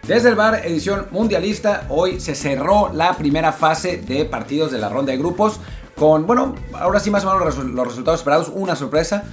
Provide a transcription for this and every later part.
Desde el bar, edición mundialista. Hoy se cerró la primera fase de partidos de la ronda de grupos con, bueno, ahora sí más o menos los resultados esperados, una sorpresa.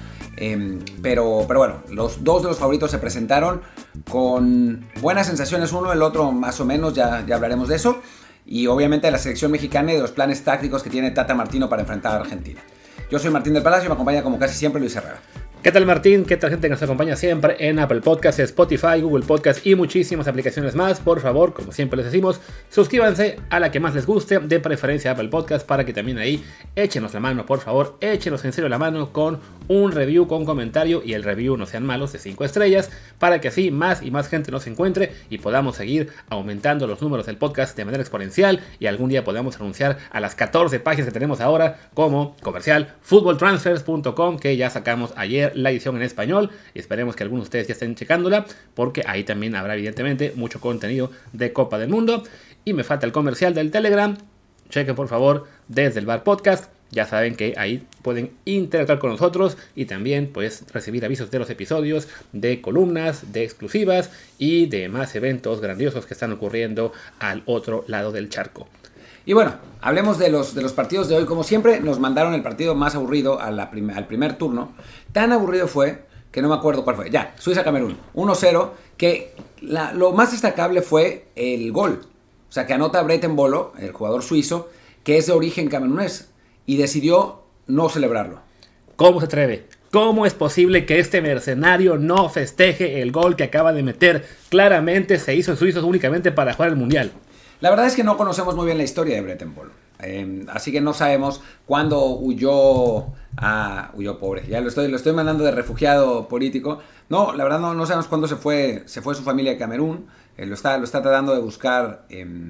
Pero bueno, los dos de los favoritos se presentaron con buenas sensaciones uno, el otro más o menos, ya hablaremos de eso. Y obviamente de la selección mexicana y de los planes tácticos que tiene Tata Martino para enfrentar a Argentina. Yo soy Martín del Palacio y me acompaña como casi siempre Luis Herrera. ¿Qué tal, Martín? ¿Qué tal, gente que nos acompaña siempre en Apple Podcasts, Spotify, Google Podcasts y muchísimas aplicaciones más? Por favor, como siempre les decimos, suscríbanse a la que más les guste, de preferencia Apple Podcasts, para que también ahí échenos la mano, por favor, échenos en serio la mano con un review, con comentario, y el review no sean malos, de 5 estrellas, para que así más y más gente nos encuentre y podamos seguir aumentando los números del podcast de manera exponencial, y algún día podamos anunciar a las 14 páginas que tenemos ahora como comercial footballtransfers.com, que ya sacamos ayer la edición en español, y esperemos que algunos de ustedes ya estén checándola, porque ahí también habrá evidentemente mucho contenido de Copa del Mundo. Y me falta el comercial del Telegram. Chequen por favor Desde el Bar Podcast. Ya saben que ahí pueden interactuar con nosotros y también pues recibir avisos de los episodios, de columnas, de exclusivas y de más eventos grandiosos que están ocurriendo al otro lado del charco. Y bueno, hablemos de los partidos de hoy. Como siempre, nos mandaron el partido más aburrido al primer turno. Tan aburrido fue que no me acuerdo cuál fue. Ya, Suiza-Camerún, 1-0, que lo más destacable fue el gol. O sea, que anota Brett Embolo, el jugador suizo, que es de origen camerunés, y decidió no celebrarlo. ¿Cómo se atreve? ¿Cómo es posible que este mercenario no festeje el gol que acaba de meter? Claramente se hizo en suizos únicamente para jugar el Mundial. La verdad es que no conocemos muy bien la historia de Brett Embolo. Así que no sabemos cuándo huyó pobre. Ya lo estoy mandando de refugiado político. No, la verdad no sabemos cuándo se fue su familia de Camerún. Lo está tratando de buscar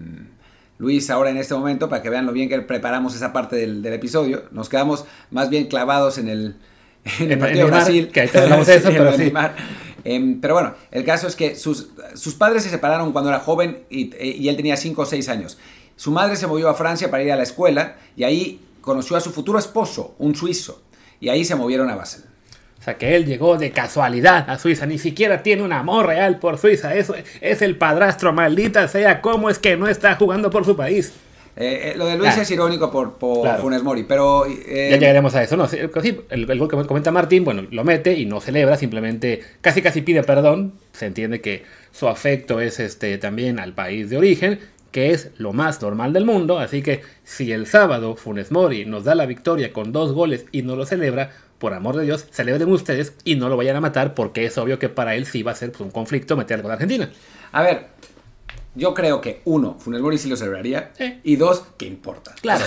Luis ahora en este momento para que vean lo bien que preparamos esa parte del episodio. Nos quedamos más bien clavados en el partido de Brasil. Que ahí te hablamos de eso, pero sí. Pero bueno, el caso es que sus padres se separaron cuando era joven y él tenía 5 o 6 años. Su madre se movió a Francia para ir a la escuela y ahí conoció a su futuro esposo, un suizo, y ahí se movieron a Basel. O sea, que él llegó de casualidad a Suiza, ni siquiera tiene un amor real por Suiza, eso es el padrastro, maldita sea, ¿cómo es que no está jugando por su país? Lo de Luis es irónico por claro. Funes Mori, pero... ya llegaremos a eso, ¿no? Sí, el gol que comenta Martín, bueno, lo mete y no celebra, simplemente casi pide perdón. Se entiende que su afecto es también al país de origen, que es lo más normal del mundo, así que si el sábado Funes Mori nos da la victoria con 2 goles y no lo celebra, por amor de Dios, celebren ustedes y no lo vayan a matar, porque es obvio que para él sí va a ser pues, un conflicto meter con Argentina. A ver, yo creo que 1, Funes Mori sí lo celebraría, y 2, ¿qué importa? Claro.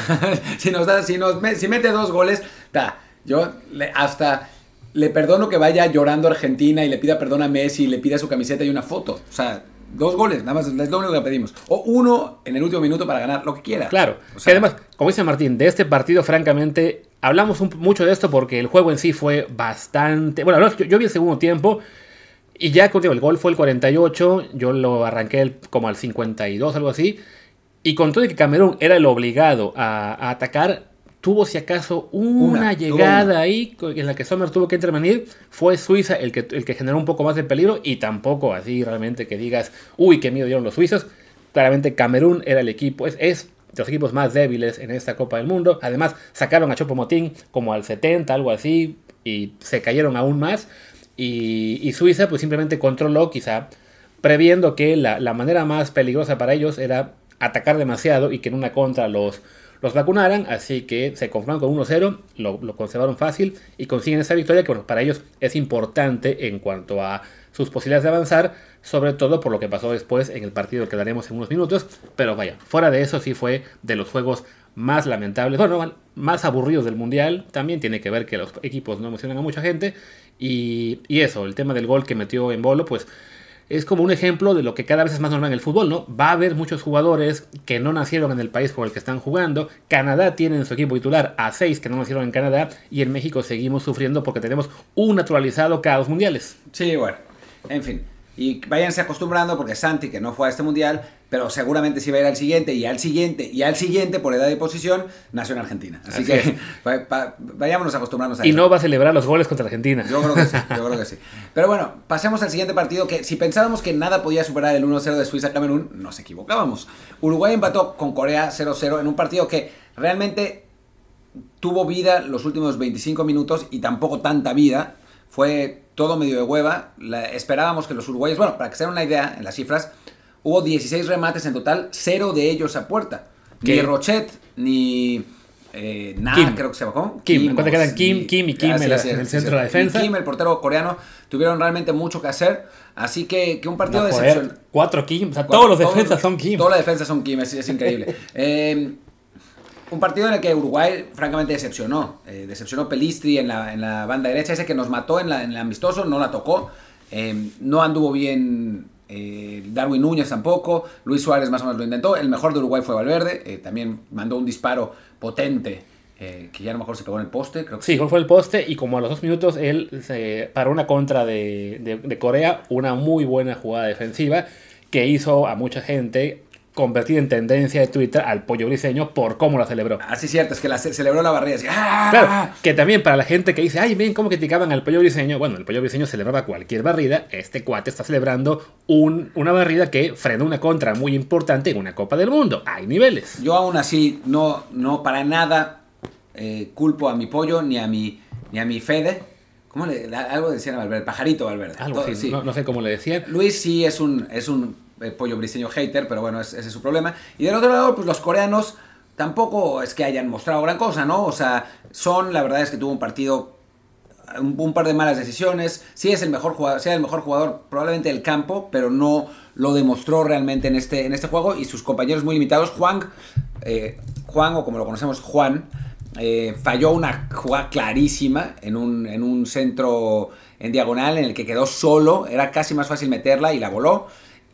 si mete 2 goles, yo hasta le perdono que vaya llorando a Argentina y le pida perdón a Messi y le pida su camiseta y una foto. O sea, 2 goles, nada más, es lo único que pedimos. O 1 en el último minuto para ganar, lo que quiera. Claro, o sea, que además, como dice Martín, de este partido, francamente, hablamos mucho de esto porque el juego en sí fue bastante... Bueno, yo vi el segundo tiempo y ya, contigo, el gol fue el 48, yo lo arranqué como al 52, algo así, y con todo de que Camerún era el obligado a atacar, tuvo si acaso una llegada ahí en la que Sommer tuvo que intervenir. Fue Suiza el que generó un poco más de peligro, y tampoco así realmente que digas, uy, qué miedo dieron los suizos. Claramente Camerún era el equipo, es de los equipos más débiles en esta Copa del Mundo. Además sacaron a Choupo-Moting como al 70, algo así, y se cayeron aún más. Y Suiza pues simplemente controló, quizá previendo que la manera más peligrosa para ellos era atacar demasiado y que en una contra los vacunaran, así que se conformaron con 1-0, lo conservaron fácil y consiguen esa victoria que bueno, para ellos es importante en cuanto a sus posibilidades de avanzar, sobre todo por lo que pasó después en el partido que daremos en unos minutos. Pero vaya, fuera de eso sí fue de los juegos más lamentables, bueno, más aburridos del Mundial. También tiene que ver que los equipos no emocionan a mucha gente, y eso, el tema del gol que metió Embolo, pues es como un ejemplo de lo que cada vez es más normal en el fútbol, ¿no? Va a haber muchos jugadores que no nacieron en el país por el que están jugando. Canadá tiene en su equipo titular a 6 que no nacieron en Canadá, y en México seguimos sufriendo porque tenemos un naturalizado cada 2 mundiales. Sí, bueno, en fin. Y váyanse acostumbrando porque Santi, que no fue a este mundial, pero seguramente sí va a ir al siguiente y al siguiente y al siguiente por edad y posición, nació en Argentina. Así que vayámonos acostumbrarnos a y eso. no va a celebrar los goles contra Argentina. Yo creo que sí. Pero bueno, pasemos al siguiente partido que si pensábamos que nada podía superar el 1-0 de Suiza-Camerún, nos equivocábamos. Uruguay empató con Corea 0-0 en un partido que realmente tuvo vida los últimos 25 minutos y tampoco tanta vida. Fue todo medio de hueva. Esperábamos que los uruguayos, bueno, para que se den una idea en las cifras, hubo 16 remates en total, 0 de ellos a puerta. Ni Rochet, ni Kim. creo que se llama. Kim, cuando quedan Kim y Kim en el centro de la defensa. Y Kim, el portero coreano, tuvieron realmente mucho que hacer. Así que un partido de excepción. 4 Kim, o sea, todos los defensas son Kim. Todas las defensas son Kim, es increíble. Un partido en el que Uruguay francamente decepcionó. Decepcionó Pelistri en la banda derecha, ese que nos mató en el amistoso, no la tocó. No anduvo bien Darwin Núñez tampoco. Luis Suárez más o menos lo intentó. El mejor de Uruguay fue Valverde. También mandó un disparo potente que ya a lo mejor se pegó en el poste. Creo que sí, fue el poste y como a los 2 minutos él se paró una contra de Corea, una muy buena jugada defensiva que hizo a mucha gente convertir en tendencia de Twitter al Pollo Briseño por cómo la celebró. Así es cierto, es que celebró la barrida así. ¡Ah! Claro, que también para la gente que dice, ay, bien, cómo criticaban al Pollo Briseño. Bueno, el Pollo Briseño celebraba cualquier barrida. Este cuate está celebrando una barrida que frenó una contra muy importante en una Copa del Mundo. Hay niveles. Yo aún así no para nada culpo a mi Pollo ni a mi Fede. ¿Cómo algo decían a Valverde? Pajarito Valverde. Algo así, sí. No sé cómo le decían. Luis sí es un Pollo Briseño hater, pero bueno, ese es su problema. Y del otro lado, pues los coreanos tampoco es que hayan mostrado gran cosa, ¿no? O sea, la verdad es que tuvo un partido, un par de malas decisiones. Sí es el mejor jugador probablemente del campo, pero no lo demostró realmente en este juego. Y sus compañeros muy limitados, Juan, o como lo conocemos, Juan, falló una jugada clarísima en un centro en diagonal en el que quedó solo. Era casi más fácil meterla y la voló.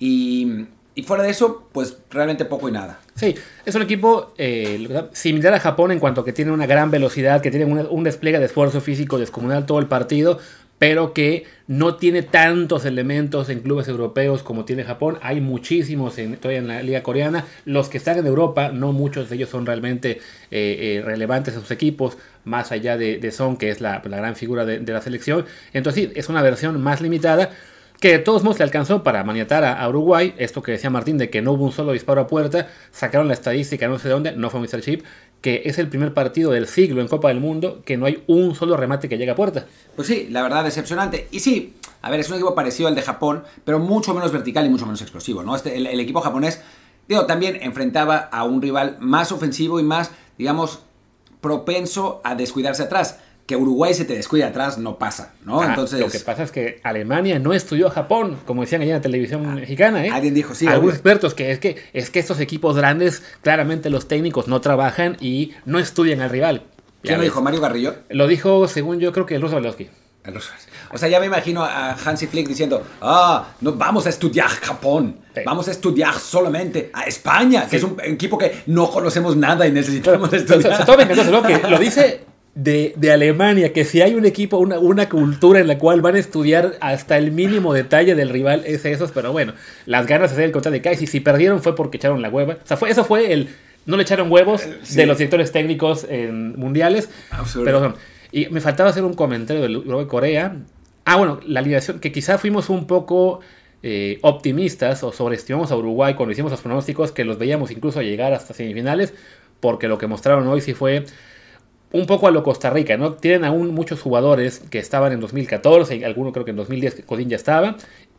Y fuera de eso, pues realmente poco y nada. Sí, es un equipo similar a Japón en cuanto a que tiene una gran velocidad, que tiene un despliegue de esfuerzo físico descomunal todo el partido, pero que no tiene tantos elementos en clubes europeos como tiene Japón. Hay muchísimos todavía en la liga coreana. Los que están en Europa, no muchos de ellos son realmente relevantes en sus equipos, más allá de Son, que es la gran figura de la selección. Entonces sí, es una versión más limitada, que de todos modos le alcanzó para maniatar a Uruguay. Esto que decía Martín de que no hubo un solo disparo a puerta, sacaron la estadística no sé de dónde, no fue Mr. Chip, que es el primer partido del siglo en Copa del Mundo que no hay un solo remate que llegue a puerta. Pues sí, la verdad decepcionante. Y sí, a ver, es un equipo parecido al de Japón, pero mucho menos vertical y mucho menos explosivo, ¿no? El equipo japonés, también enfrentaba a un rival más ofensivo y más, digamos, propenso a descuidarse atrás. Que Uruguay se te descuida atrás no pasa, ¿no? Entonces, lo que pasa es que Alemania no estudió a Japón, como decían allá en la televisión mexicana, ¿eh? Alguien dijo, sí. Algunos expertos que es que estos equipos grandes, claramente los técnicos no trabajan y no estudian al rival. ¿Quién lo dijo? ¿Mario Garrillo? Lo dijo, según yo, creo que el ruso Valowski. O sea, ya me imagino a Hansi Flick diciendo, no vamos a estudiar Japón, sí. Vamos a estudiar solamente a España, sí. Que es un equipo que no conocemos nada y necesitamos estudiar. Todo me encantó, ¿no? Que lo dice de Alemania, que si hay un equipo, una cultura en la cual van a estudiar hasta el mínimo detalle del rival, es esos, pero bueno, las ganas de hacer el contra de Kai, si perdieron fue porque echaron la hueva. O sea, eso fue no le echaron huevos sí. De los directores técnicos en mundiales. Absurdo. Pero, y me faltaba hacer un comentario del Uruguay-Corea. Bueno, la alineación, que quizá fuimos un poco optimistas o sobreestimamos a Uruguay cuando hicimos los pronósticos, que los veíamos incluso llegar hasta semifinales, porque lo que mostraron hoy sí fue un poco a lo Costa Rica, ¿no? Tienen aún muchos jugadores que estaban en 2014, alguno creo que en 2010 Codín ya estaba,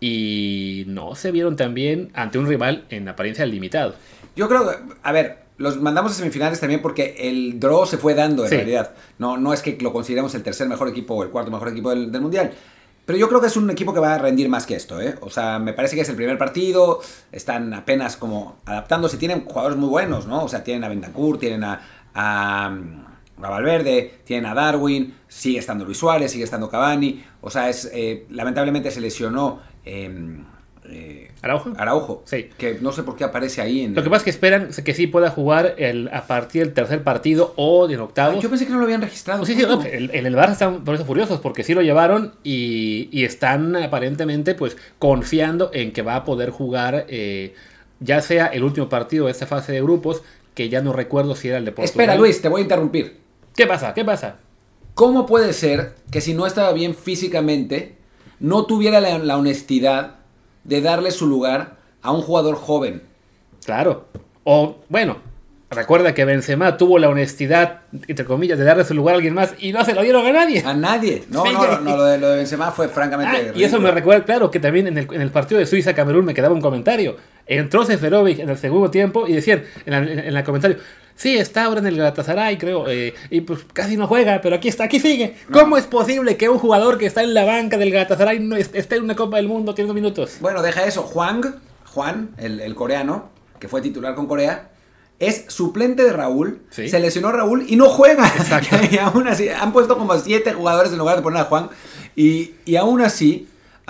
y no se vieron tan bien ante un rival en apariencia limitado. Yo creo que, a ver, los mandamos a semifinales también porque el draw se fue dando en realidad. No es que lo consideremos el tercer mejor equipo o el cuarto mejor equipo del Mundial. Pero yo creo que es un equipo que va a rendir más que esto, ¿eh? O sea, me parece que es el primer partido, están apenas como adaptándose, tienen jugadores muy buenos, ¿no? O sea, tienen a Bentancur, tienen a Valverde, tienen a Darwin, sigue estando Luis Suárez, sigue estando Cavani, o sea, lamentablemente se lesionó Araujo. Sí. Que no sé por qué aparece ahí. Lo que pasa es que esperan que sí pueda jugar a partir del tercer partido o en octavos. Yo pensé que no lo habían registrado. Sí, no, en el Barça están por eso furiosos, porque sí lo llevaron y están aparentemente pues confiando en que va a poder jugar ya sea el último partido de esta fase de grupos, que ya no recuerdo si era el de Portugal. Espera, Luis, te voy a interrumpir. ¿Qué pasa? ¿Cómo puede ser que si no estaba bien físicamente, no tuviera la honestidad de darle su lugar a un jugador joven? Claro. O, bueno, recuerda que Benzema tuvo la honestidad, entre comillas, de darle su lugar a alguien más y no se lo dieron a nadie. A nadie. No, lo de Benzema fue francamente ridículo. Y eso me recuerda, claro, que también en el partido de Suiza-Camerún me quedaba un comentario. Entró Seferovic en el segundo tiempo y decían en el comentario, sí, está ahora en el Galatasaray, creo, y pues casi no juega, pero aquí sigue. No. ¿Cómo es posible que un jugador que está en la banca del Galatasaray no esté en una Copa del Mundo teniendo minutos? Bueno, deja eso. Juan, el coreano, que fue titular con Corea, es suplente de Raúl. ¿Sí? Se lesionó Raúl y no juega. Exacto. Y aún así, han puesto como 7 jugadores en lugar de poner a Juan. Y aún así,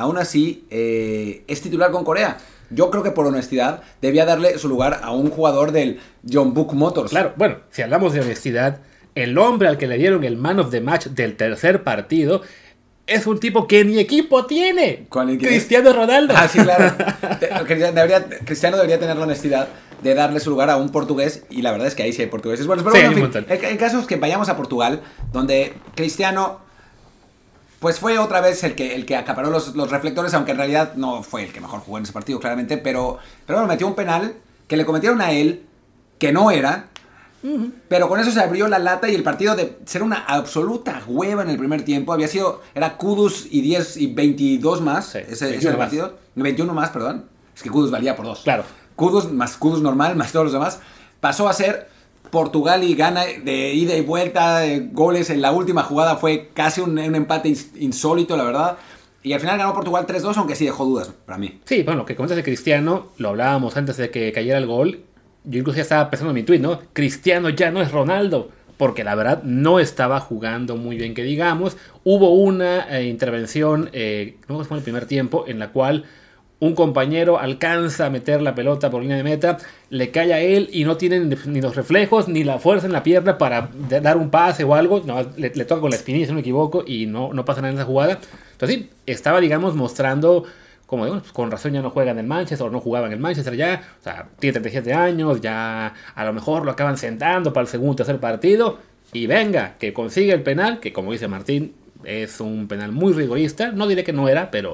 es titular con Corea. Yo creo que por honestidad debía darle su lugar a un jugador del Jeonbuk Motors. Claro, bueno, si hablamos de honestidad, el hombre al que le dieron el Man of the Match del tercer partido es un tipo que ni equipo tiene. Cristiano Ronaldo. Ah, sí, claro. Cristiano debería tener la honestidad de darle su lugar a un portugués, y la verdad es que ahí sí hay portugueses buenos. Pero sí, bueno, en fin, el caso es que vayamos a Portugal, donde Cristiano pues fue otra vez el que acaparó los reflectores, aunque en realidad no fue el que mejor jugó en ese partido, claramente, pero bueno, metió un penal que le cometieron a él, que no era, pero con eso se abrió la lata y el partido, de ser una absoluta hueva en el primer tiempo, era Kudus y 10 y 22 más, sí, ese era el partido, 21 más, perdón, es que Kudus valía por 2. Claro. Kudus más Kudus normal, más todos los demás, pasó a ser Portugal y Ghana de ida y vuelta, de goles. En la última jugada fue casi un empate insólito, la verdad. Y al final ganó Portugal 3-2, aunque sí dejó dudas para mí. Sí, bueno, lo que comentas de Cristiano, lo hablábamos antes de que cayera el gol. Yo incluso ya estaba pensando en mi tweet, ¿no? Cristiano ya no es Ronaldo, porque la verdad no estaba jugando muy bien, que digamos. Hubo una intervención, no fue en el primer tiempo, en la cual un compañero alcanza a meter la pelota por línea de meta, le cae a él y no tiene ni los reflejos ni la fuerza en la pierna para dar un pase o algo. No, le toca con la espinilla, si no me equivoco, y no pasa nada en esa jugada. Entonces sí, estaba, digamos, mostrando como bueno, con razón ya no juega en el Manchester, o no jugaba en el Manchester ya. O sea, tiene 37 años, ya a lo mejor lo acaban sentando para el segundo o tercer partido. Y venga, que consigue el penal, que como dice Martín, es un penal muy rigorista. No diré que no era, pero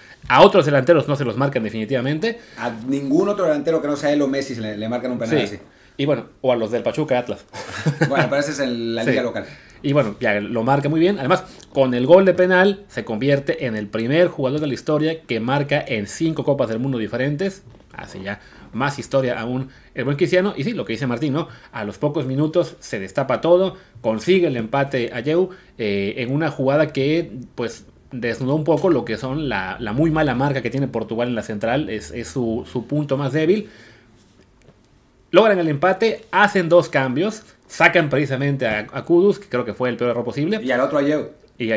a otros delanteros no se los marcan definitivamente. A ningún otro delantero que no sea él o Messi se le marcan un penal así. Y bueno, o a los del Pachuca Atlas. Bueno, pero ese es la liga local. Y bueno, ya lo marca muy bien. Además, con el gol de penal se convierte en el primer jugador de la historia que marca en 5 Copas del Mundo diferentes. Hace ya más historia aún el buen Cristiano. Y sí, lo que dice Martín, ¿no? A los pocos minutos se destapa todo, consigue el empate a Yeu en una jugada que, pues, desnudó un poco lo que son la muy mala marca que tiene Portugal en la central. Es su punto más débil. Logran el empate, hacen 2 cambios, sacan precisamente a Kudus, que creo que fue el peor error posible. Y al otro a Yeu.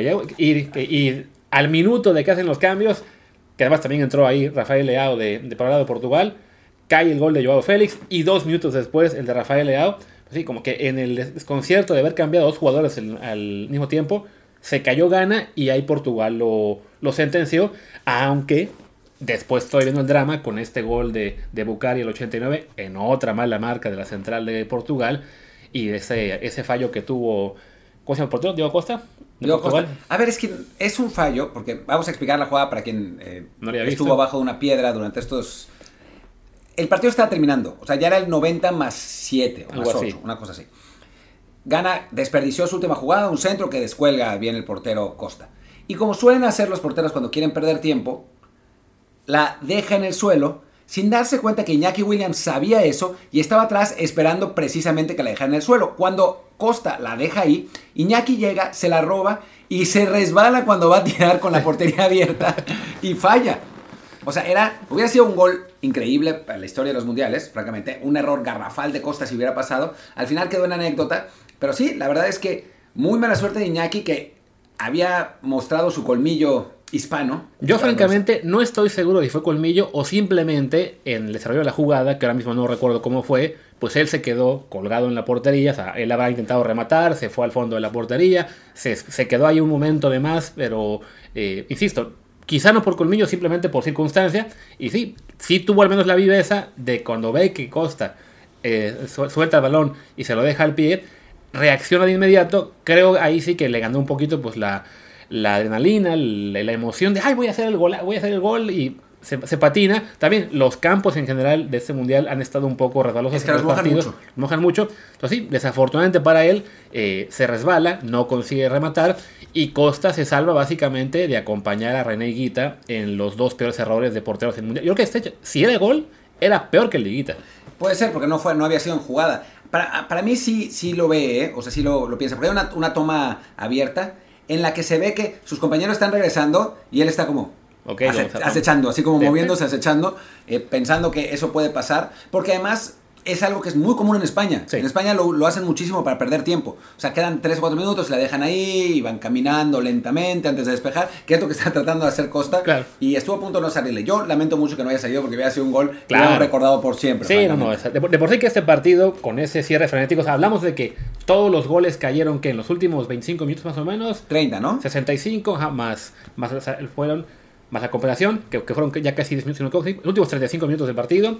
Y al minuto de que hacen los cambios, que además también entró ahí Rafael Leao para el lado de Portugal, cae el gol de Joao Félix, y 2 minutos después el de Rafael Leao. Así como que en el desconcierto de haber cambiado 2 jugadores al mismo tiempo, se cayó Ghana y ahí Portugal lo sentenció, aunque después estoy viendo el drama con este gol de Bucari el 89 en otra mala marca de la central de Portugal, y ese fallo que tuvo, ¿cómo se llama el portero? ¿Diego Costa? Diego Costa. A ver, es que es un fallo, porque vamos a explicar la jugada para quien estuvo abajo de una piedra durante estos... El partido estaba terminando, o sea, ya era el 90 más 7 o más 8, una cosa así. Ghana desperdició su última jugada, un centro que descuelga bien el portero Costa. Y como suelen hacer los porteros cuando quieren perder tiempo, la deja en el suelo sin darse cuenta que Iñaki Williams sabía eso y estaba atrás esperando precisamente que la dejara en el suelo. Cuando Costa la deja ahí, Iñaki llega, se la roba y se resbala cuando va a tirar con la portería abierta y falla. O sea, hubiera sido un gol increíble para la historia de los mundiales, francamente. Un error garrafal de Costa si hubiera pasado. Al final quedó en anécdota. Pero sí, la verdad es que muy mala suerte de Iñaki, que había mostrado su colmillo hispano. Yo francamente no estoy seguro si fue colmillo o simplemente en el desarrollo de la jugada, que ahora mismo no recuerdo cómo fue, pues él se quedó colgado en la portería, o sea, él habrá intentado rematar, se fue al fondo de la portería, se quedó ahí un momento de más, pero insisto, quizá no por colmillo, simplemente por circunstancia, y sí tuvo al menos la viveza de cuando ve que Costa suelta el balón y se lo deja al pie, reacciona de inmediato. Creo ahí sí que le ganó un poquito pues la adrenalina, la emoción de, ay, voy a hacer el gol y se patina. También los campos en general de este mundial han estado un poco resbalosos. Es que los mojan mucho. Entonces sí, desafortunadamente para él se resbala, no consigue rematar y Costa se salva básicamente de acompañar a René Higuita en los dos peores errores de porteros en el mundial. Yo creo que si era gol, era peor que el de Higuita. Puede ser, porque no había sido en jugada. Para mí sí lo ve, o sea, sí lo piensa. Porque hay una toma abierta en la que se ve que sus compañeros están regresando y él está como acechando, así como moviéndose, acechando, pensando que eso puede pasar, porque además es algo que es muy común en España. Sí. En España lo hacen muchísimo para perder tiempo. O sea, quedan 3 o 4 minutos, la dejan ahí y van caminando lentamente antes de despejar, que es lo que está tratando de hacer Costa. Claro. Y estuvo a punto de no salirle. Yo lamento mucho que no haya salido porque hubiera sido un gol que hubiera recordado por siempre. Sí, no. De por sí que este partido, con ese cierre frenético, o sea, hablamos de que todos los goles cayeron que en los últimos 25 minutos más o menos. 30, ¿no? 65, más fueron... más la compensación, que fueron ya casi 10 minutos, los últimos 35 minutos del partido,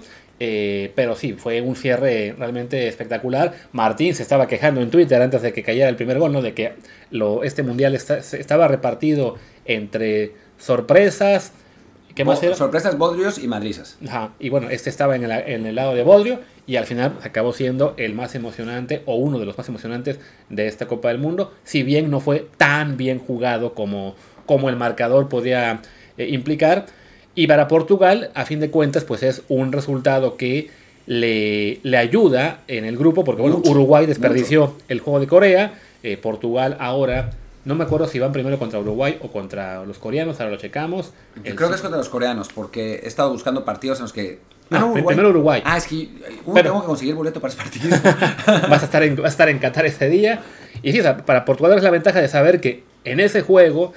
pero sí, fue un cierre realmente espectacular. Martín se estaba quejando en Twitter antes de que cayera el primer gol, ¿no? De que este mundial estaba repartido entre sorpresas, ¿qué más era? Sorpresas, bodrios y madrizas. Ajá, y bueno, este estaba en el lado de bodrio, y al final acabó siendo el más emocionante, o uno de los más emocionantes de esta Copa del Mundo, si bien no fue tan bien jugado como el marcador podía implicar. Y para Portugal, a fin de cuentas, pues es un resultado que le ayuda en el grupo, porque bueno, Uruguay desperdició el juego de Corea. Portugal ahora, no me acuerdo si van primero contra Uruguay o contra los coreanos, ahora lo checamos. Yo creo que es contra los coreanos, porque he estado buscando partidos en los que... primero Uruguay. Es que tengo que conseguir boleto para ese partido. vas a estar en Qatar ese día. Y sí, o sea, para Portugal es la ventaja de saber que en ese juego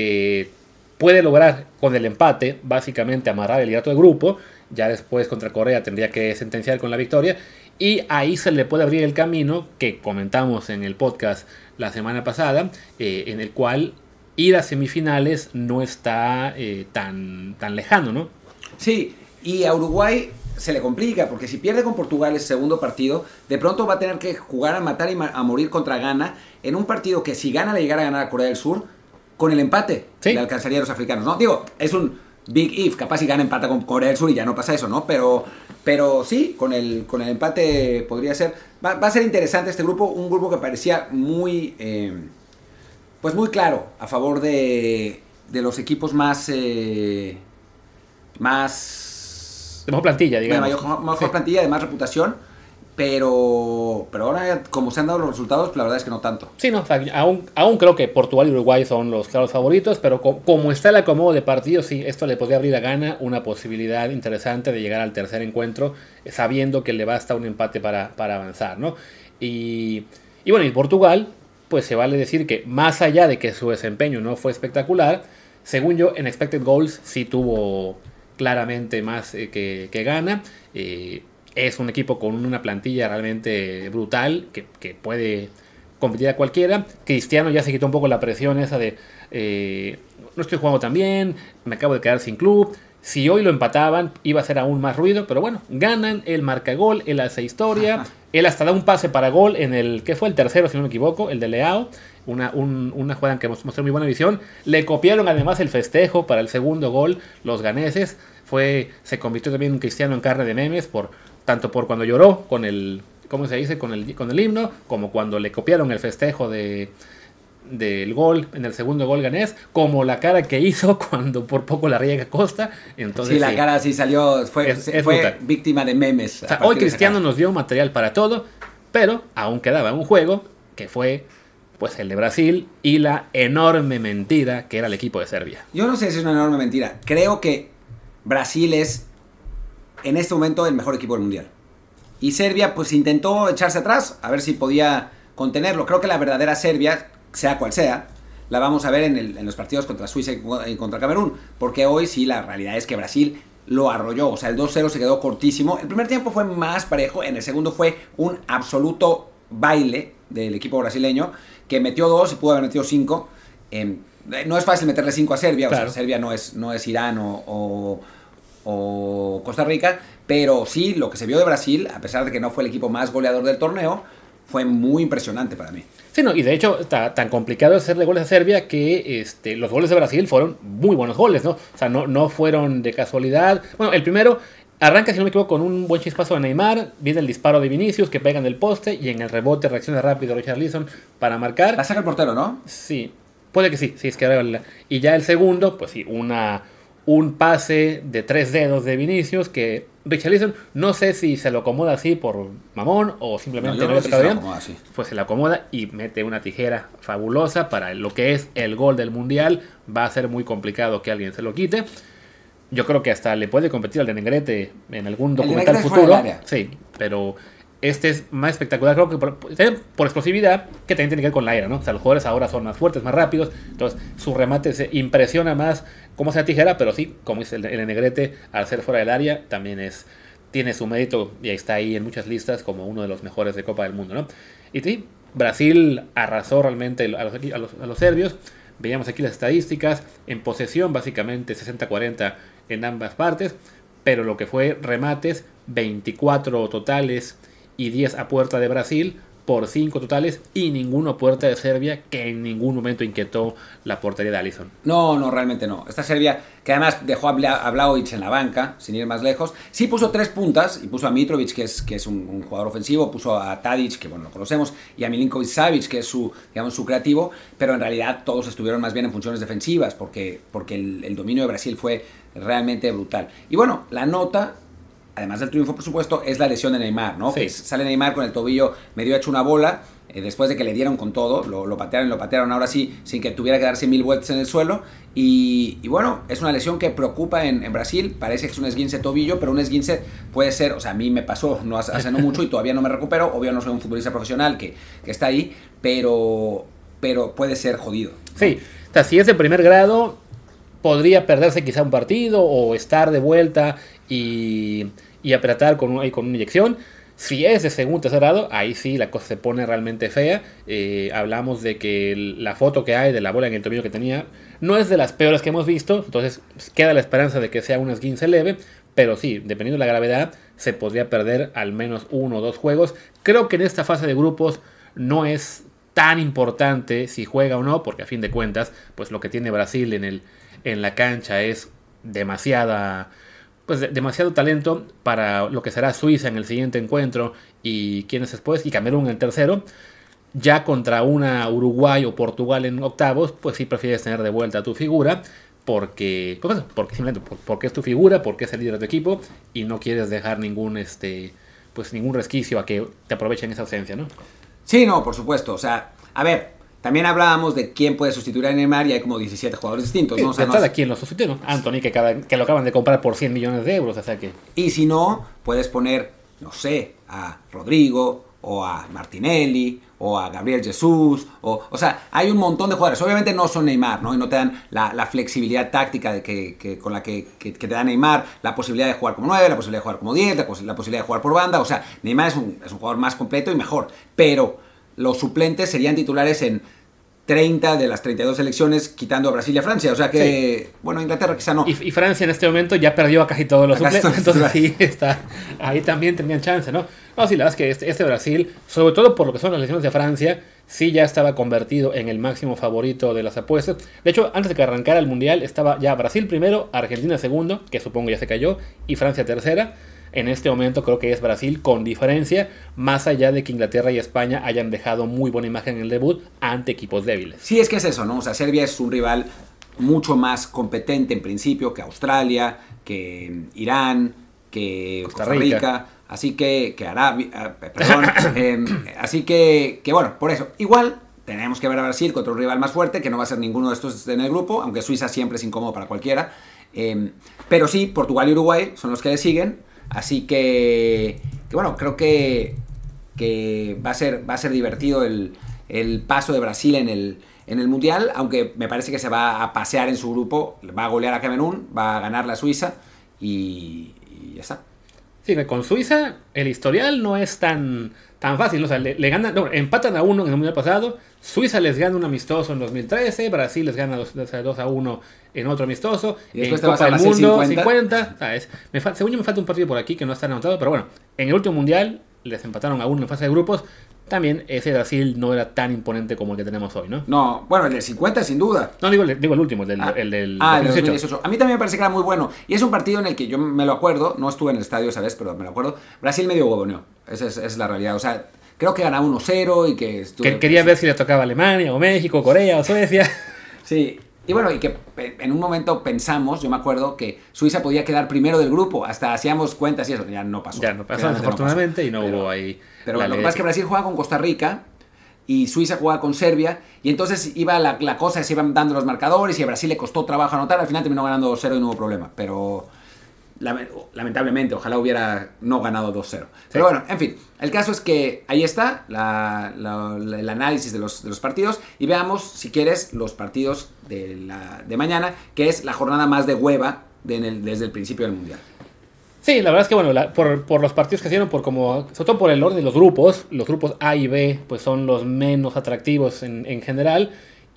puede lograr con el empate básicamente amarrar el liderato de grupo. Ya después contra Corea tendría que sentenciar con la victoria, y ahí se le puede abrir el camino que comentamos en el podcast la semana pasada, en el cual ir a semifinales no está tan lejano, ¿no? Sí, y a Uruguay se le complica, porque si pierde con Portugal el segundo partido, de pronto va a tener que jugar a matar y a morir contra Ghana, en un partido que si Ghana le llegara a ganar a Corea del Sur, con el empate le alcanzaría a los africanos, ¿no? Digo, es un big if, capaz si Ghana empata con Corea del Sur y ya no pasa eso, ¿no? Pero sí, con el empate podría ser. Va a ser interesante este grupo, un grupo que parecía muy muy claro a favor de los equipos más de mejor plantilla, digamos. De mejor plantilla, de más reputación. Pero ahora, como se han dado los resultados, la verdad es que no tanto. Sí, no, o sea, aún creo que Portugal y Uruguay son los claros favoritos, pero como está el acomodo de partidos, sí, esto le podría abrir a Ghana una posibilidad interesante de llegar al tercer encuentro, sabiendo que le basta un empate para avanzar, ¿no? Y bueno, y Portugal, pues se vale decir que más allá de que su desempeño no fue espectacular, según yo, en expected goals sí tuvo claramente más que Ghana. Es un equipo con una plantilla realmente brutal que puede competir a cualquiera. Cristiano ya se quitó un poco la presión esa de no estoy jugando tan bien, me acabo de quedar sin club. Si hoy lo empataban iba a ser aún más ruido, pero bueno, ganan, él marca gol, él hace historia, él hasta da un pase para gol en el que fue el tercero, si no me equivoco, el de Leao, una jugada en que mostró muy buena visión. Le copiaron además el festejo para el segundo gol los ganeses. Se convirtió también en un Cristiano en carne de memes tanto por cuando lloró con el, ¿cómo se dice? Con el himno, como cuando le copiaron el festejo del gol, en el segundo gol ganés, como la cara que hizo cuando por poco la riega Costa. Entonces, sí, la cara sí salió, fue víctima de memes. O sea, hoy Cristiano nos dio material para todo, pero aún quedaba un juego que fue pues el de Brasil y la enorme mentira que era el equipo de Serbia. Yo no sé si es una enorme mentira. Creo que Brasil es en este momento el mejor equipo del mundial. Y Serbia pues intentó echarse atrás a ver si podía contenerlo. Creo que la verdadera Serbia, sea cual sea, la vamos a ver en los partidos contra Suiza y contra Camerún, porque hoy sí la realidad es que Brasil lo arrolló, o sea, el 2-0 se quedó cortísimo. El primer tiempo fue más parejo, en el segundo fue un absoluto baile del equipo brasileño, que metió 2 y pudo haber metido 5. No es fácil meterle 5 a Serbia, claro. O sea, Serbia no es Irán o Costa Rica, pero sí, lo que se vio de Brasil, a pesar de que no fue el equipo más goleador del torneo, fue muy impresionante para mí. Sí, no, y de hecho tan complicado hacerle goles a Serbia que los goles de Brasil fueron muy buenos goles, ¿no? O sea, no fueron de casualidad. Bueno, el primero arranca, si no me equivoco, con un buen chispazo de Neymar, viene el disparo de Vinicius que pega en el poste y en el rebote reacciona rápido Richarlison para marcar. La saca el portero, ¿no? Sí, puede que sí, es que... Y ya el segundo, pues sí, un pase de 3 dedos de Vinicius que Richarlison, no sé si se lo acomoda así por mamón o simplemente no le ha tocado bien, pues se lo acomoda y mete una tijera fabulosa para lo que es el gol del Mundial. Va a ser muy complicado que alguien se lo quite. Yo creo que hasta le puede competir al de Negrete en algún documental futuro. Sí, pero este es más espectacular, creo que por explosividad, que también tiene que ver con la era, ¿no? O sea, los jugadores ahora son más fuertes, más rápidos, entonces su remate se impresiona más como sea tijera, pero sí, como dice el Negrete, al ser fuera del área, también tiene su mérito y está ahí en muchas listas como uno de los mejores de Copa del Mundo, ¿no? Y sí, Brasil arrasó realmente a los serbios. Veíamos aquí las estadísticas, en posesión básicamente 60-40 en ambas partes, pero lo que fue remates, 24 totales y 10 a puerta de Brasil por 5 totales y ninguno a puerta de Serbia, que en ningún momento inquietó la portería de Alisson. No, realmente no. Esta Serbia, que además dejó a Vlahovic en la banca, sin ir más lejos, sí puso 3 puntas, y puso a Mitrovic, que es un jugador ofensivo, puso a Tadic, que bueno, lo conocemos, y a Milinkovic-Savic, que es su creativo, pero en realidad todos estuvieron más bien en funciones defensivas, porque el dominio de Brasil fue realmente brutal. Y bueno, la nota, además del triunfo, por supuesto, es la lesión de Neymar, ¿no? Sí. Que sale Neymar con el tobillo medio hecho una bola, después de que le dieron con todo, lo patearon ahora sí, sin que tuviera que darse 1000 vueltas en el suelo, y bueno, es una lesión que preocupa en Brasil. Parece que es un esguince de tobillo, pero un esguince puede ser, o sea, a mí me pasó hace no mucho y todavía no me recupero, obvio no soy un futbolista profesional que está ahí, pero puede ser jodido. Sí, o sea, si es de primer grado, podría perderse quizá un partido o estar de vuelta y apretar con una inyección. Si es de segundo o tercer grado, ahí sí la cosa se pone realmente fea. Hablamos de que la foto que hay de la bola en el tobillo que tenía no es de las peores que hemos visto, entonces queda la esperanza de que sea un esguince leve, pero sí, dependiendo de la gravedad, se podría perder al menos 1 o 2 juegos. Creo que en esta fase de grupos no es tan importante si juega o no, porque a fin de cuentas, pues lo que tiene Brasil en la cancha es demasiado talento para lo que será Suiza en el siguiente encuentro y quienes después, y Camerún en el tercero. Ya contra una Uruguay o Portugal en octavos, pues sí prefieres tener de vuelta a tu figura, porque es tu figura, porque es el líder de tu equipo y no quieres dejar ningún resquicio a que te aprovechen esa ausencia, ¿no? Sí, no, por supuesto. O sea, a ver, también hablábamos de quién puede sustituir a Neymar y hay como 17 jugadores distintos, ¿no? O sea, ¿de quién lo sustituye, no? Anthony, que lo acaban de comprar por 100 millones de euros, o sea que... Y si no, puedes poner, no sé, a Rodrigo o a Martinelli o a Gabriel Jesús, o sea, hay un montón de jugadores. Obviamente no son Neymar, ¿no? Y no te dan la flexibilidad táctica con la que te da Neymar, la posibilidad de jugar como 9, la posibilidad de jugar como 10, la posibilidad de jugar por banda. O sea, Neymar es un jugador más completo y mejor, pero los suplentes serían titulares en 30 de las 32 selecciones, quitando a Brasil y a Francia. O sea que, sí. Bueno, Inglaterra quizá no. Y Francia en este momento ya perdió a casi todos los suplentes. Entonces sí, ahí también tenían chance, ¿no? No, sí, la verdad es que este Brasil, sobre todo por lo que son las selecciones de Francia, sí ya estaba convertido en el máximo favorito de las apuestas. De hecho, antes de que arrancara el Mundial, estaba ya Brasil primero, Argentina segundo, que supongo ya se cayó, y Francia tercera. En este momento creo que es Brasil con diferencia, más allá de que Inglaterra y España hayan dejado muy buena imagen en el debut ante equipos débiles. Sí, es que es eso, ¿no? O sea, Serbia es un rival mucho más competente en principio que Australia, que Irán, que Costa Rica, así que Arabia, así que bueno, por eso, igual tenemos que ver a Brasil contra un rival más fuerte, que no va a ser ninguno de estos en el grupo, aunque Suiza siempre es incómodo para cualquiera, pero sí, Portugal y Uruguay son los que le siguen. Así que bueno, creo que va a ser divertido el el paso de Brasil en el Mundial, aunque me parece que se va a pasear en su grupo, va a golear a Camerún, va a ganar la Suiza y ya está. Sí, con Suiza el historial no es tan fácil. O sea, le ganan, no, empatan a 1 en el Mundial pasado. Suiza les gana un amistoso en 2013. Brasil les gana 2-1 en otro amistoso. Y después en Copa del Mundo 50. Según yo me falta un partido por aquí que no está anotado. Pero bueno, en el último Mundial les empataron a 1 en fase de grupos. También ese Brasil no era tan imponente como el que tenemos hoy, ¿no? No, bueno, el del 50 sin duda. No, digo el último, el del 2018. A mí también me parece que era muy bueno. Y es un partido en el que yo me lo acuerdo, no estuve en el estadio esa vez, pero me lo acuerdo. Brasil medio huevoneó. Esa es la realidad. O sea, creo que ganaba 1-0 y que quería ver si le tocaba Alemania, o México, Corea, o Suecia. Sí. Y bueno, y que en un momento pensamos, yo me acuerdo, que Suiza podía quedar primero del grupo. Hasta hacíamos cuentas y eso ya no pasó. Ya no pasó, desafortunadamente, y no hubo ahí. Pero lo que pasa es que Brasil juega con Costa Rica y Suiza juega con Serbia. Y entonces iba la cosa, se iban dando los marcadores y a Brasil le costó trabajo anotar. Al final terminó ganando 2-0 y no hubo problema. Pero lamentablemente, ojalá hubiera no ganado 2-0. Pero bueno, en fin, el caso es que ahí está el análisis de los partidos. Y veamos, si quieres, los partidos de mañana, que es la jornada más de hueva desde el principio del Mundial. Sí, la verdad es que bueno, por los partidos que hicieron, sobre todo por el orden de los grupos A y B pues son los menos atractivos en general,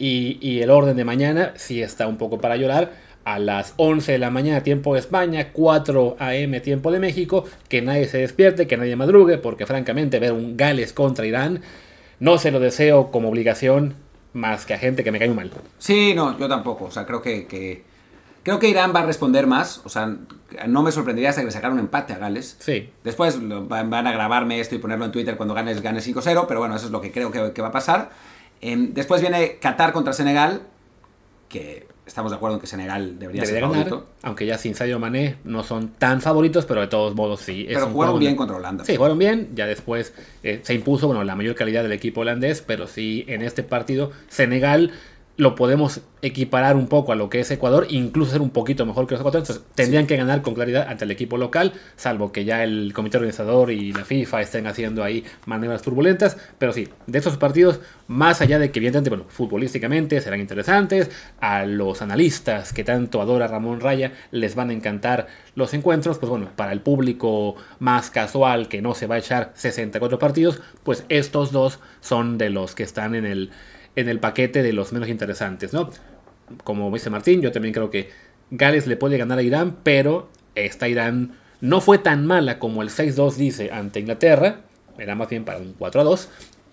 y el orden de mañana sí está un poco para llorar. A las 11 de la mañana tiempo de España, 4 AM tiempo de México, que nadie se despierte, que nadie madrugue, porque francamente ver un Gales contra Irán no se lo deseo como obligación más que a gente que me cae mal. Sí, no, yo tampoco, o sea, creo que Irán va a responder más. O sea, no me sorprendería hasta que le sacaran un empate a Gales. Sí. Después van a grabarme esto y ponerlo en Twitter cuando ganes 5-0, pero bueno, eso es lo que creo que va a pasar. Después viene Qatar contra Senegal, que estamos de acuerdo en que Senegal debería ser favorito. Ganar, aunque ya sin Sadio Mané no son tan favoritos, pero de todos modos sí. Pero jugaron bien contra Holanda. Sí, jugaron bien. Ya después se impuso la mayor calidad del equipo holandés, pero sí en este partido Senegal lo podemos equiparar un poco a lo que es Ecuador, incluso ser un poquito mejor que los ecuatorianos. Entonces, tendrían que ganar con claridad ante el equipo local, salvo que ya el comité organizador y la FIFA estén haciendo ahí maniobras turbulentas. Pero sí, de estos partidos, más allá de que evidentemente, futbolísticamente serán interesantes, a los analistas que tanto adora Ramón Raya les van a encantar los encuentros, pues bueno, para el público más casual que no se va a echar 64 partidos, pues estos dos son de los que están en el paquete de los menos interesantes, ¿no? Como dice Martín, yo también creo que Gales le puede ganar a Irán, pero esta Irán no fue tan mala como el 6-2 dice ante Inglaterra, era más bien para un 4-2,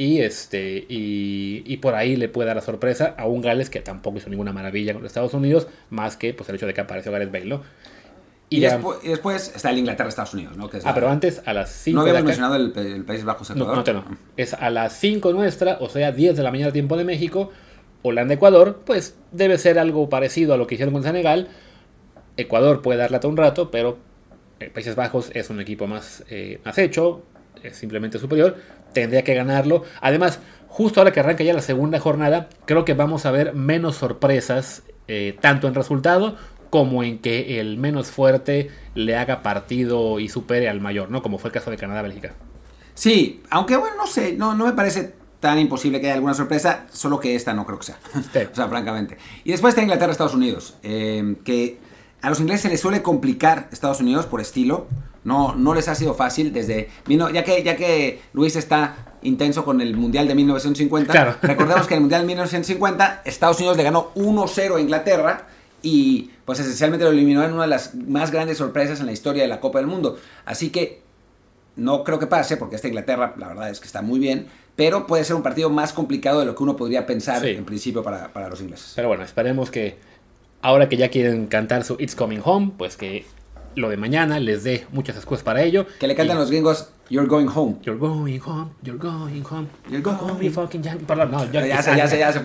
y por ahí le puede dar la sorpresa a un Gales que tampoco hizo ninguna maravilla con los Estados Unidos, más que pues, el hecho de que apareció Gareth Bale, ¿no? Y después está el Inglaterra-Estados Unidos, ¿no? Que es pero antes a las 5 no habíamos mencionado el Países Bajos-Ecuador. No. Es a las 5 nuestra, o sea, 10 de la mañana tiempo de México. Holanda-Ecuador, pues debe ser algo parecido a lo que hicieron con Senegal. Ecuador puede dar lata un rato, pero Países Bajos es un equipo más hecho, es simplemente superior, tendría que ganarlo. Además, justo ahora que arranca ya la segunda jornada, creo que vamos a ver menos sorpresas, tanto en resultado como en que el menos fuerte le haga partido y supere al mayor, ¿no? Como fue el caso de Canadá-Bélgica. Sí, aunque bueno, no sé, no me parece tan imposible que haya alguna sorpresa, solo que esta no creo que sea. Sí. O sea, francamente. Y después está Inglaterra-Estados Unidos, que a los ingleses les suele complicar Estados Unidos por estilo. No les ha sido fácil ya que Luis está intenso con el Mundial de 1950. Claro. Recordemos que en el Mundial de 1950 Estados Unidos le ganó 1-0 a Inglaterra y pues esencialmente lo eliminó en una de las más grandes sorpresas en la historia de la Copa del Mundo. Así que no creo que pase, porque esta Inglaterra la verdad es que está muy bien, pero puede ser un partido más complicado de lo que uno podría pensar en principio para los ingleses. Pero bueno, esperemos que ahora que ya quieren cantar su It's Coming Home, pues que lo de mañana les dé muchas excusas para ello. Que le cantan los gringos You're Going Home. You're going home, you're going home, you're going me fucking yankee. Perdón, no, ya se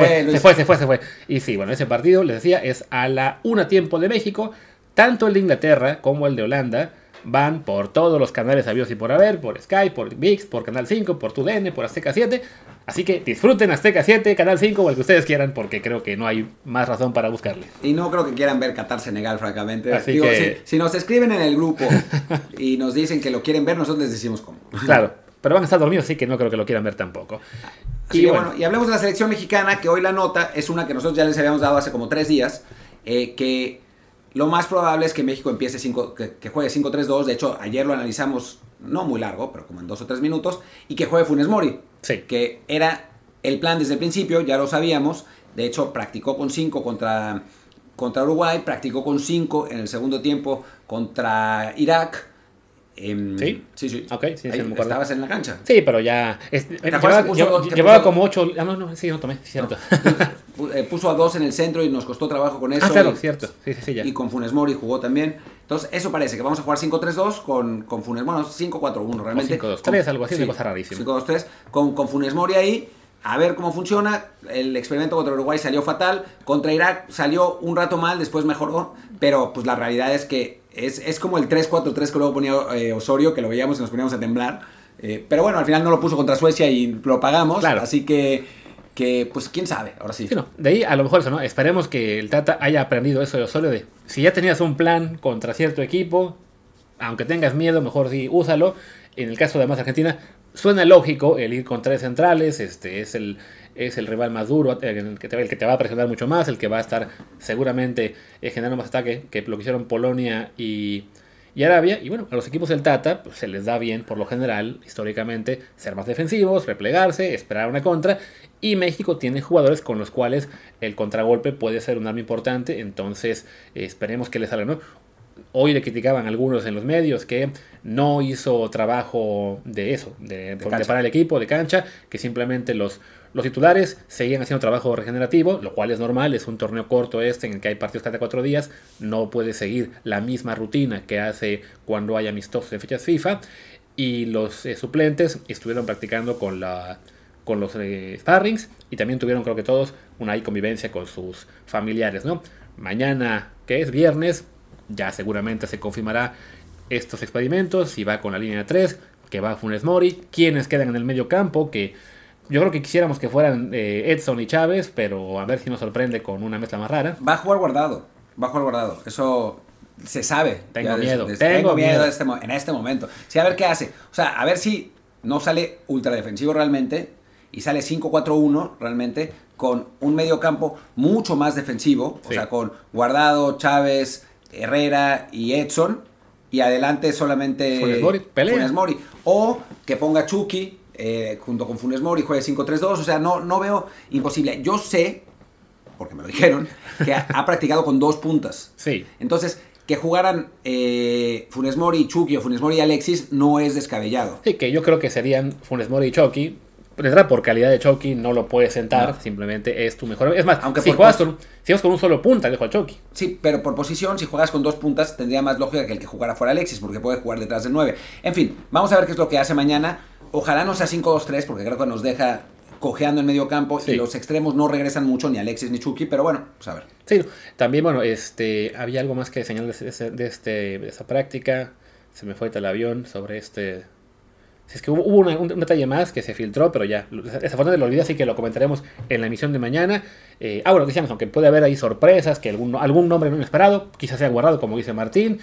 fue. Y sí, bueno, ese partido, les decía, es a la 1 tiempo de México. Tanto el de Inglaterra como el de Holanda van por todos los canales habidos y por haber, por Sky, por ViX, por Canal 5, por TUDN, por Azteca 7. Así que disfruten Azteca 7, Canal 5 o el que ustedes quieran, porque creo que no hay más razón para buscarle. Y no creo que quieran ver Qatar-Senegal, francamente. Así que si nos escriben en el grupo y nos dicen que lo quieren ver, nosotros les decimos cómo. Claro, pero van a estar dormidos, así que no creo que lo quieran ver tampoco. Así que bueno, y hablemos de la selección mexicana, que hoy la nota es una que nosotros ya les habíamos dado hace como 3 días, que lo más probable es que México empiece que juegue 5-3-2. De hecho, ayer lo analizamos, no muy largo, pero como en 2 o 3 minutos, y que juegue Funes Mori, sí, que era el plan desde el principio, ya lo sabíamos. De hecho, practicó con 5 contra Uruguay, practicó con 5 en el segundo tiempo contra Irak. ¿Sí? Sí. Okay, sí, estabas en la cancha. Sí, pero ya... llevaba como 8... no tomé, cierto. Puso a 2 en el centro y nos costó trabajo con eso. Claro, cierto. Sí, ya. Y con Funes Mori jugó también. Entonces, eso parece que vamos a jugar 5-3-2 con Funes Mori. Bueno, 5-4-1 realmente. 5-2-3, algo así, una cosa rarísima. 5-2-3, con Funes Mori ahí. A ver cómo funciona. El experimento contra Uruguay salió fatal. Contra Irak salió un rato mal, después mejoró. Pero pues la realidad es que es como el 3-4-3 que luego ponía Osorio, que lo veíamos y nos poníamos a temblar. Pero bueno, al final no lo puso contra Suecia y lo pagamos. Claro. Así que pues quién sabe, ahora sí. No, de ahí a lo mejor eso, ¿no? Esperemos que el Tata haya aprendido eso de Osorio, de si ya tenías un plan contra cierto equipo, aunque tengas miedo, mejor sí, úsalo. En el caso de más Argentina, suena lógico el ir con 3 centrales, es el rival más duro, el que te va a presionar mucho más, el que va a estar seguramente generando más ataque que lo que hicieron Polonia y Arabia. Y bueno, a los equipos del Tata pues, se les da bien, por lo general, históricamente, ser más defensivos, replegarse, esperar una contra. Y México tiene jugadores con los cuales el contragolpe puede ser un arma importante, entonces esperemos que les salga, ¿no? Hoy le criticaban algunos en los medios que no hizo trabajo de eso, de preparar el equipo, de cancha, que simplemente los titulares seguían haciendo trabajo regenerativo, lo cual es normal, es un torneo corto en el que hay partidos cada 4 días, no puede seguir la misma rutina que hace cuando hay amistosos en fechas FIFA, y los suplentes estuvieron practicando con los sparrings, y también tuvieron, creo que todos, una convivencia con sus familiares, ¿no? Mañana, que es viernes, ya seguramente se confirmará estos experimentos, si va con la línea 3, que va Funes Mori, quienes quedan en el medio campo, que yo creo que quisiéramos que fueran Edson y Chávez, pero a ver si nos sorprende con una mezcla más rara. Va a jugar Guardado, eso se sabe. Tengo miedo en este momento. Sí, a ver qué hace. O sea, a ver si no sale ultra defensivo realmente y sale 5-4-1 realmente, con un medio campo mucho más defensivo, o sea, con Guardado, Chávez, Herrera y Edson, y adelante solamente Funes Mori. O que ponga Chucky junto con Funes Mori, juegue 5-3-2. O sea, no veo imposible. Yo sé, porque me lo dijeron, que ha practicado con 2 puntas. Sí. Entonces, que jugaran Funes Mori y Chucky o Funes Mori y Alexis no es descabellado. Sí, que yo creo que serían Funes Mori y Chucky. Por calidad de Chucky no lo puedes sentar, simplemente es tu mejor. Es más, aunque si vas con un solo punta, dejo a Chucky. Sí, pero por posición, si juegas con 2 puntas, tendría más lógica que el que jugara fuera Alexis, porque puede jugar detrás del 9. En fin, vamos a ver qué es lo que hace mañana. Ojalá no sea 5-2-3, porque creo que nos deja cojeando en medio campo, y los extremos no regresan mucho, ni Alexis ni Chucky, pero bueno, pues a ver. Sí, también, bueno, había algo más que señalar de esa práctica. Se me fue el avión sobre Si es que hubo un detalle más que se filtró, pero ya, desafortunadamente lo olvidé, así que lo comentaremos en la emisión de mañana. Bueno, decíamos, aunque puede haber ahí sorpresas, que algún nombre no inesperado, quizás sea Guardado, como dice Martín.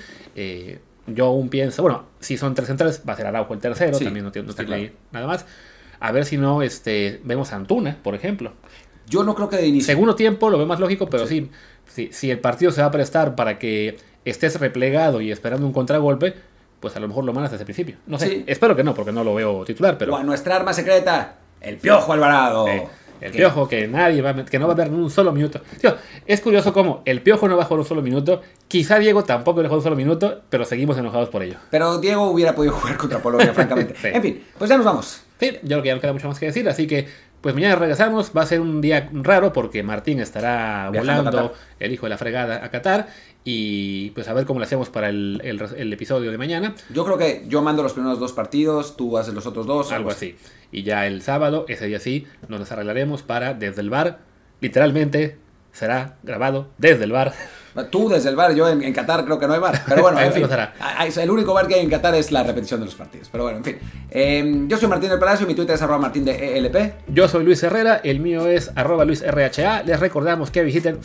Yo aún pienso, bueno, si son 3 centrales, va a ser Araujo el tercero, sí, también no tiene claro. Nada más. A ver si no vemos a Antuna, por ejemplo. Yo no creo que de inicio. Segundo tiempo lo veo más lógico, pero sí, si el partido se va a prestar para que estés replegado y esperando un contragolpe, pues a lo mejor lo mandas desde el principio. No sé, espero que no, porque no lo veo titular, pero... O a nuestra arma secreta, el Piojo Alvarado. El Piojo, que que no va a ver ni un solo minuto. Tío, es curioso cómo el Piojo no va a jugar un solo minuto, quizá Diego tampoco le juega un solo minuto, pero seguimos enojados por ello. Pero Diego hubiera podido jugar contra Polonia, francamente. En fin, pues ya nos vamos. Sí, yo creo que ya no queda mucho más que decir, así que pues mañana regresamos. Va a ser un día raro porque Martín estará volando, el hijo de la fregada, a Qatar. Y pues a ver cómo lo hacemos para el episodio de mañana. Yo creo que yo mando los primeros 2 partidos, tú haces los otros 2. Algo así. Y ya el sábado, ese día sí, nos arreglaremos para Desde el Bar. Literalmente será grabado desde el bar. Tú desde el bar, yo en Qatar creo que no hay bar. Pero bueno, en fin, el único bar que hay en Qatar es la repetición de los partidos. Pero bueno, en fin. Yo soy Martín del Palacio, mi Twitter es @martin de ELP. Yo soy Luis Herrera, el mío es @LuisRHA. Les recordamos que visiten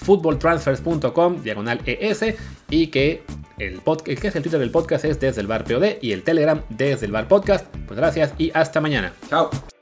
footballtransfers.com/ES y que el Twitter del podcast es Desde el Bar POD y el Telegram Desde el Bar Podcast. Pues gracias y hasta mañana. Chao.